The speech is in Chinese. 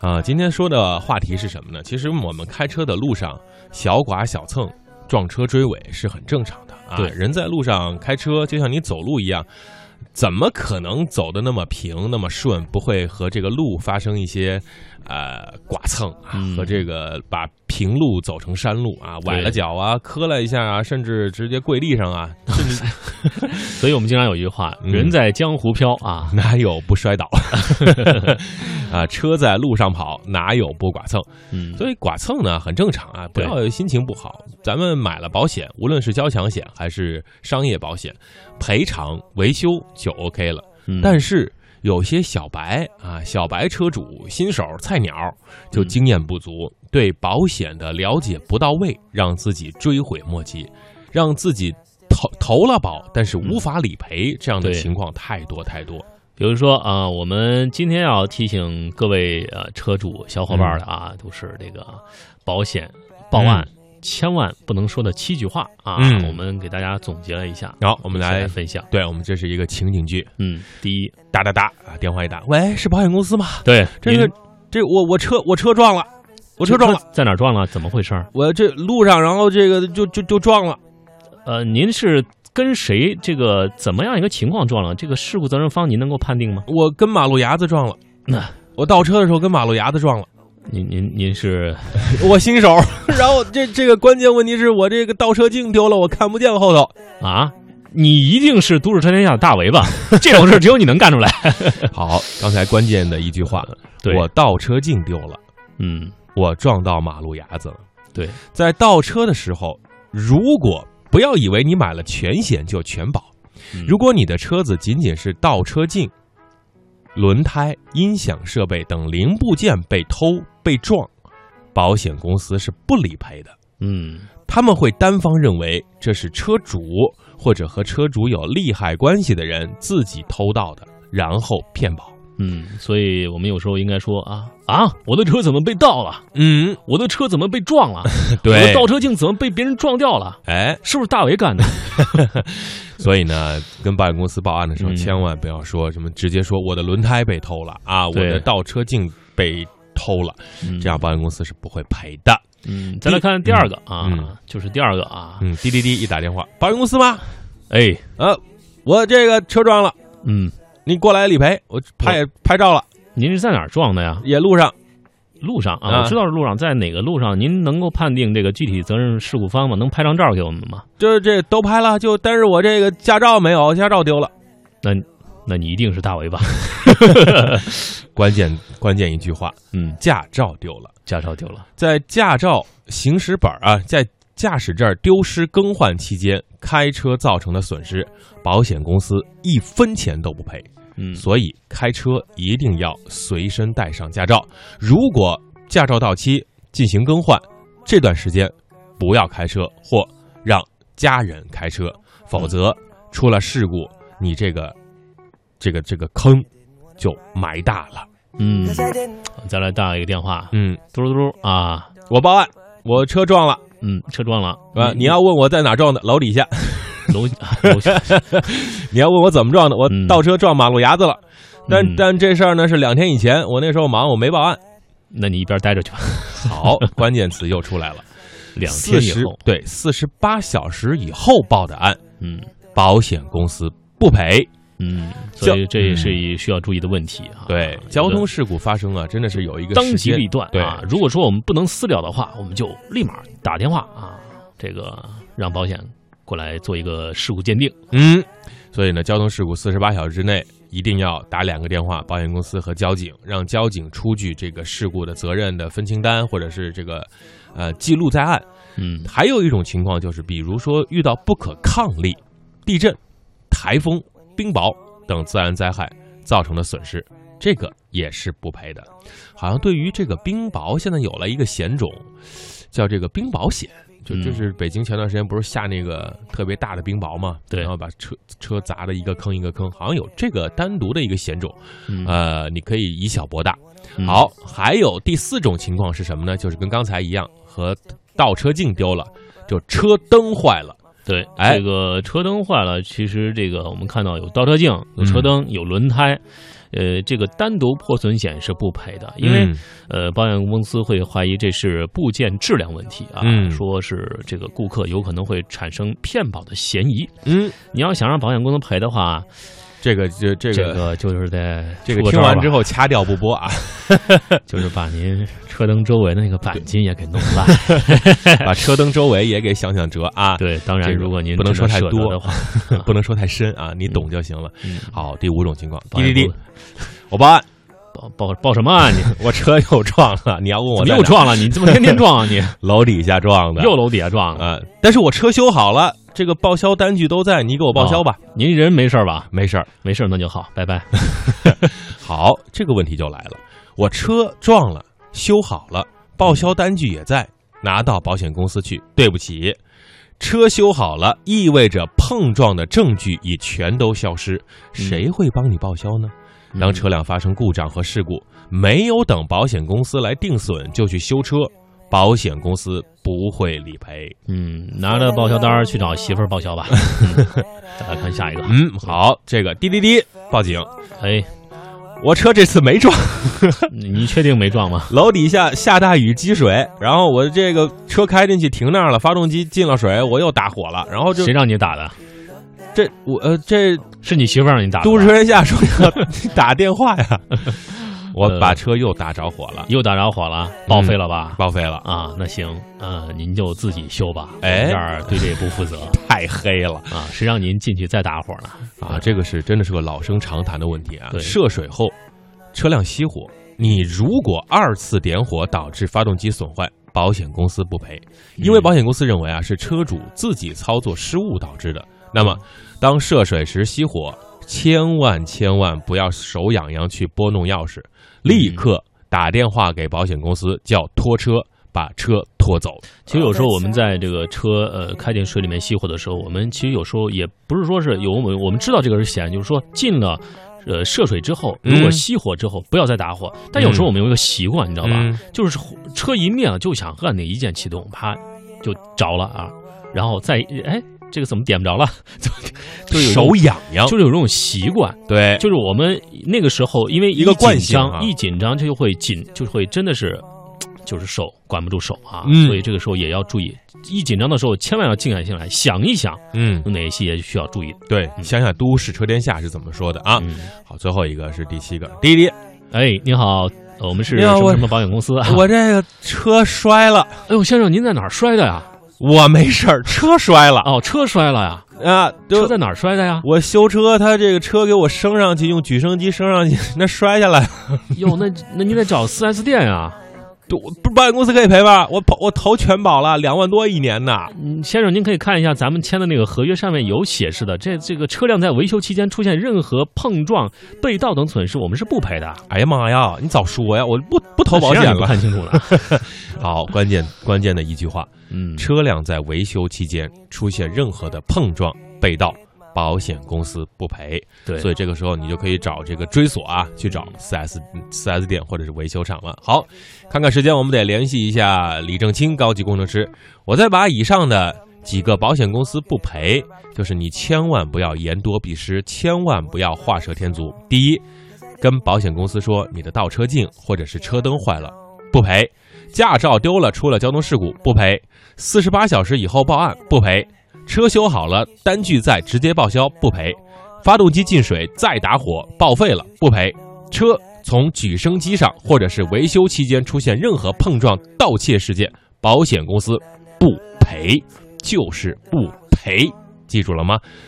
今天说的话题是什么呢？其实我们开车的路上，小剐小蹭、撞车追尾是很正常的啊。 对， 人在路上开车，就像你走路一样，怎么可能走得那么平、那么顺？不会和这个路发生一些剐蹭啊，和这个把平路走成山路啊，崴了脚啊，磕了一下啊，甚至直接跪地上啊，甚至。 所以我们经常有一句话：人在江湖飘啊， 哪有不摔倒？啊，车在路上跑，哪有不剐蹭？所以剐蹭呢很正常啊，不要心情不好。咱们买了保险，无论是交强险还是商业保险，赔偿维修就 OK 了。但是有些小白车主、新手、菜鸟就经验不足，对保险的了解不到位，让自己追悔莫及，让自己投了保，但是无法理赔，这样的情况太多太多。 比如说我们今天要提醒各位车主小伙伴的都是这个保险报案千万不能说的7句话啊。我们给大家总结了一下， 好，我们来分享。 对，我们这是一个情景剧。 第一， 哒哒哒啊，电话一打，喂，是保险公司吗？ 对， 这我车撞了，我车撞了， 在哪儿撞了？怎么回事？ 我这路上，然后这个就撞了。 您是跟谁这个怎么样一个情况撞了？这个事故责任方您能够判定吗？ 我跟马路牙子撞了。我倒车的时候跟马路牙子撞了。 您是我新手，然后这个关键问题是我这个倒车镜丢了，我看不见后头啊。你一定是都市车天下的大为吧？这种事只有你能干出来。 好，刚才关键的一句话，我倒车镜丢了。我撞到马路牙子了。 对， 在倒车的时候，如果不要以为你买了全险就全保，如果你的车子仅仅是倒车镜、轮胎、音响设备等零部件被偷被撞，保险公司是不理赔的。他们会单方认为这是车主或者和车主有利害关系的人自己偷盗的，然后骗保。 所以我们有时候应该说我的车怎么被盗了？我的车怎么被撞了？ 对， 我的倒车镜怎么被别人撞掉了？是不是大为干的？ 所以呢，跟保险公司报案的时候，千万不要说什么直接说我的轮胎被偷了啊，我的倒车镜被偷了，这样保险公司是不会赔的。 再来看第二个就是第二个滴滴滴一打电话，保险公司吗？我这个车撞了。你过来理赔，我拍照了。 您是在哪儿撞的呀？ 也路上我知道是路上，在哪个路上？您能够判定这个具体责任事故方吗？能拍张照给我们吗？ 这都拍了，但是我这个驾照没有，驾照丢了。 那你一定是大为吧？ 关键一句话，驾照丢了，在驾照行驶本在驾驶证丢失更换期间开车造成的损失，保险公司1分钱都不赔。所以开车一定要随身带上驾照。如果驾照到期进行更换，这段时间不要开车或让家人开车，否则出了事故，你这个坑就埋大了。 再来打一个电话。嘟嘟嘟啊！ 我报案，我车撞了。 车撞了。 你要问我在哪撞的？楼底下。 楼下。 你要问我怎么撞的？我倒车撞马路牙子了。但这事儿呢是2天以前，我那时候忙，我没报案。 那你一边待着去吧。 好，关键词又出来了。 2天以后， 对，48小时以后报的案，保险公司不赔。 所以这也是需要注意的问题对，交通事故发生真的是有一个当机立断。 对如果说我们不能私了的话，我们就立马打电话这个让保险过来做一个事故鉴定。 所以呢，交通事故48小时之内一定要打2个电话，保险公司和交警，让交警出具这个事故的责任的分清单，或者是这个记录在案。还有一种情况就是，比如说遇到不可抗力、地震、台风、冰雹等自然灾害造成的损失，这个也是不赔的。好像对于这个冰雹，现在有了一个险种，叫这个冰雹险。就是北京前段时间不是下那个特别大的冰雹嘛，然后把车砸的一个坑一个坑，好像有这个单独的一个险种。你可以以小博大。好，还有第4种情况是什么呢？就是跟刚才一样，和倒车镜丢了，就车灯坏了。 对，这个车灯坏了，其实这个我们看到有倒车镜、有车灯、有轮胎， 这个单独破损险是不赔的，因为保险公司会怀疑这是部件质量问题啊，说是这个顾客有可能会产生骗保的嫌疑。你要想让保险公司赔的话，这个就是在这个听完之后掐掉不播啊， 就是把您车灯周围的那个钣金也给弄烂， 把车灯周围也给想折啊。 对，当然如果您不能说太多的话， 不能说太深啊，你懂就行了。好，第5种情况，滴，我报案。 报什么啊你？ 我车又撞了，你要问我又撞了，你怎么天天撞啊你？ 楼底下撞的， 又楼底下撞啊！ 但是我车修好了，这个报销单据都在，你给我报销吧。 您人没事吧？ 没事， 那就好，拜拜。 好，这个问题就来了，我车撞了，修好了，报销单据也在，拿到保险公司去。对不起，车修好了，意味着碰撞的证据已全都消失，谁会帮你报销呢？当车辆发生故障和事故，没有等保险公司来定损就去修车，保险公司不会理赔。 拿着报销单去找媳妇儿报销吧。再来看下一个。 好，这个滴报警。我车这次没撞。 你确定没撞吗？ 楼底下下大雨积水，然后我这个车开进去停那儿了，发动机进了水，我又打火了，然后就谁让你打的？ 这是你媳妇让你打的。 都市人下说要打电话呀。我把车又打着火了， 报废了吧？ 报废了啊！那行，您就自己修吧，这儿对这也不负责， 太黑了啊！谁让您进去再打火呢？ 啊，这个真的是个老生常谈的问题啊！涉水后，车辆熄火，你如果2次点火导致发动机损坏，保险公司不赔，因为保险公司认为啊是车主自己操作失误导致的。那么，当涉水时熄火，千万不要手痒痒去拨弄钥匙，立刻打电话给保险公司，叫拖车把车拖走。 其实有时候我们在这个车开进水里面熄火的时候，我们其实有时候也不是说是我们知道这个是险，就是说进了涉水之后，如果熄火之后不要再打火。但有时候我们有一个习惯，你知道吧？就是车一灭了就想按那一键启动，啪就着了啊，然后再这个怎么点不着了？就是手痒痒， 就是有这种习惯。 对， 就是我们那个时候，因为一个惯性一紧张就会真的是，就是手管不住手啊。所以这个时候也要注意，一紧张的时候千万要静下心来想一想，有哪些细节需要注意。 对，想想都市车天下是怎么说的啊？好，最后一个是第7个，滴， 您好，我们是什么保险公司啊？ 我这个车摔了。 哎呦，先生，您在哪儿摔的呀？ 我没事儿，车摔了。 车摔了呀？车在哪儿摔的呀？ 我修车，他这个车给我升上去，用举升机升上去，那摔下来。 哟，那你得找4S 店呀。 不是保险公司可以赔吧？我投全保了，2万多1年呢。 先生，您可以看一下咱们签的那个合约，上面有显示的，这个车辆在维修期间出现任何碰撞、被盗等损失，我们是不赔的。 哎呀妈呀，你早说呀，我不投保险了。 看清楚了。 好，关键的一句话，车辆在维修期间出现任何的碰撞、被盗，保险公司不赔。 对， 所以这个时候你就可以找这个追索啊，去找4S店或者是维修厂了。好，看看时间，我们得联系一下李正清高级工程师。我再把以上的几个保险公司不赔，就是你千万不要言多必失，千万不要画蛇添足。第一，跟保险公司说你的倒车镜或者是车灯坏了，不赔；驾照丢了，出了交通事故，不赔；48小时以后报案，不赔；车修好了，单据在，直接报销，不赔；发动机进水再打火报废了，不赔；车从举升机上或者是维修期间出现任何碰撞、盗窃事件，保险公司不赔，就是不赔。记住了吗？